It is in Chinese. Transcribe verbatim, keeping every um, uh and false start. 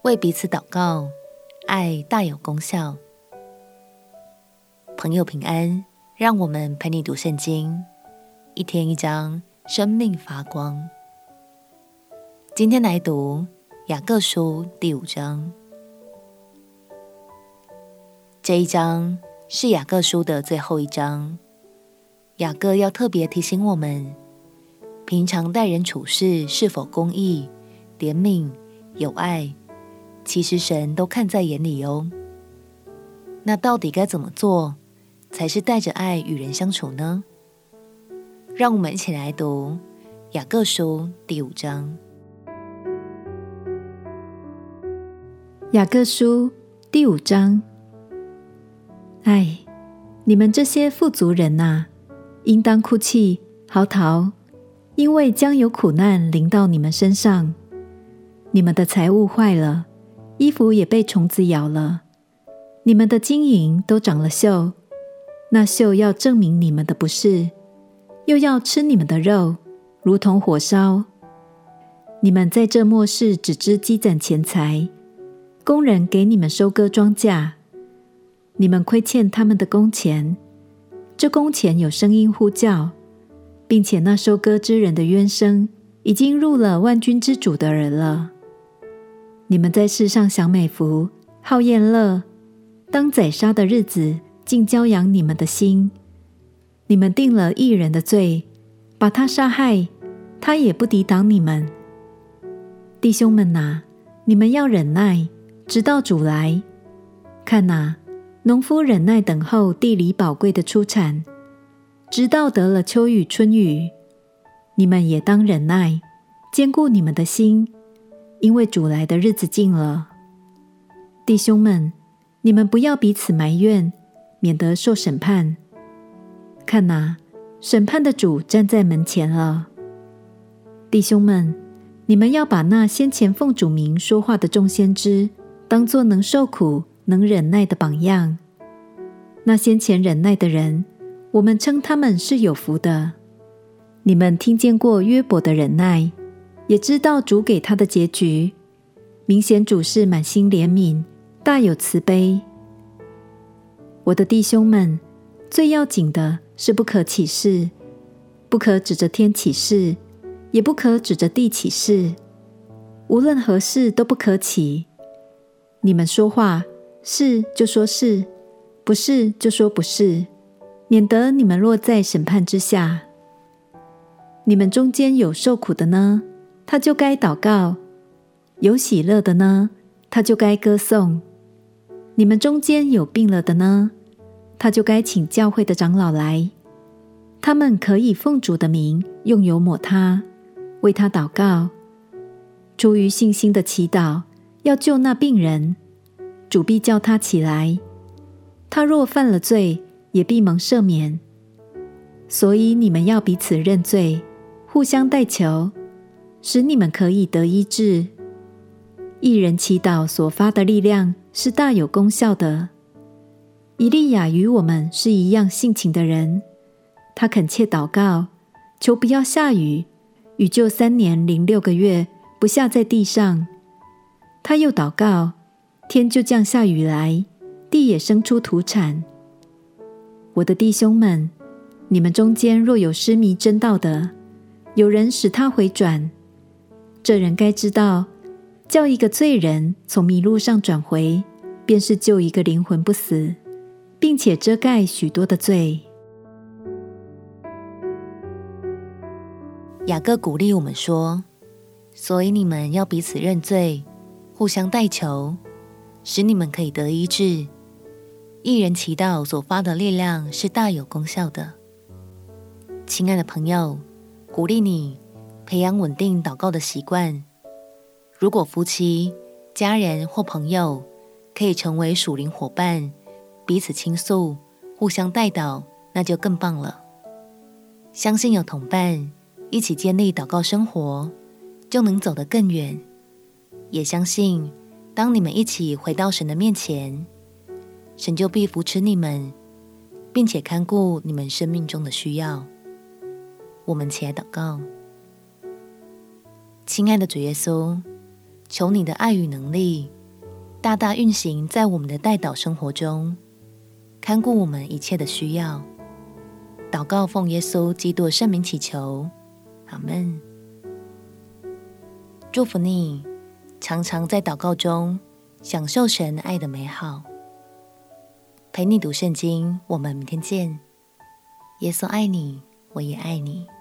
为彼此祷告，爱大有功效。朋友平安，让我们陪你读圣经，一天一章，生命发光。今天来读雅各书第五章。这一章是雅各书的最后一章，雅各要特别提醒我们，平常待人处事是否公义、怜悯、有爱，其实神都看在眼里哦。那到底该怎么做，才是带着爱与人相处呢？让我们一起来读雅各书第五章。 雅各书第五章。唉，你们这些富足人啊，应当哭泣嚎啕，因为将有苦难临到你们身上。你们的财物坏了，衣服也被虫子咬了，你们的金银都长了锈，那锈要证明你们的不是，又要吃你们的肉，如同火烧。你们在这末世只知积攒钱财，工人给你们收割庄稼，你们亏欠他们的工钱，这工钱有声音呼叫，并且那收割之人的冤声已经入了万军之主的耳了。你们在世上享美福，好宴乐，当宰杀的日子竟骄养你们的心。你们定了义人的罪，把他杀害，他也不抵挡你们。弟兄们啊，你们要忍耐，直到主来。看哪，农夫忍耐等候地里宝贵的出产，直到得了秋雨春雨。你们也当忍耐，坚固你们的心，因为主来的日子近了。弟兄们，你们不要彼此埋怨，免得受审判。看哪，审判的主站在门前了。弟兄们，你们要把那先前奉主名说话的众先知，当作能受苦、能忍耐的榜样。那先前忍耐的人，我们称他们是有福的。你们听见过约伯的忍耐，也知道主给他的结局，明显主是满心怜悯，大有慈悲。我的弟兄们，最要紧的是不可起誓，不可指着天起誓，也不可指着地起誓，无论何事都不可起。你们说话，是就说是，不是就说不是，免得你们落在审判之下。你们中间有受苦的呢，他就该祷告；有喜乐的呢，他就该歌颂。你们中间有病了的呢，他就该请教会的长老来，他们可以奉主的名用油抹他，为他祷告。出于信心的祈祷，要救那病人，主必叫他起来。他若犯了罪，也必蒙赦免。所以你们要彼此认罪，互相代求，使你们可以得医治。一人祈祷所发的力量是大有功效的。以利亚与我们是一样性情的人，他恳切祷告，求不要下雨，雨就三年零六个月不下在地上。他又祷告，天就降下雨来，地也生出土产。我的弟兄们，你们中间若有失迷真道的，有人使他回转，这人该知道，叫一个罪人从迷路上转回，便是救一个灵魂不死，并且遮盖许多的罪。 雅各鼓励我们说，所以你们要彼此认罪，互相代求，使你们可以得医治。一人祈祷所发的力量是大有功效的。亲爱的朋友，鼓励你培养稳定祷告的习惯。如果夫妻、家人或朋友可以成为属灵伙伴，彼此倾诉，互相代祷，那就更棒了。相信有同伴一起建立祷告生活，就能走得更远。也相信当你们一起回到神的面前，神就必扶持你们，并且看顾你们生命中的需要。我们起来祷告。亲爱的主耶稣，求你的爱与能力大大运行在我们的代祷生活中，看顾我们一切的需要。祷告奉耶稣基督的圣名祈求，阿们。祝福你，常常在祷告中享受神爱的美好。陪你读圣经，我们明天见。耶稣爱你，我也爱你。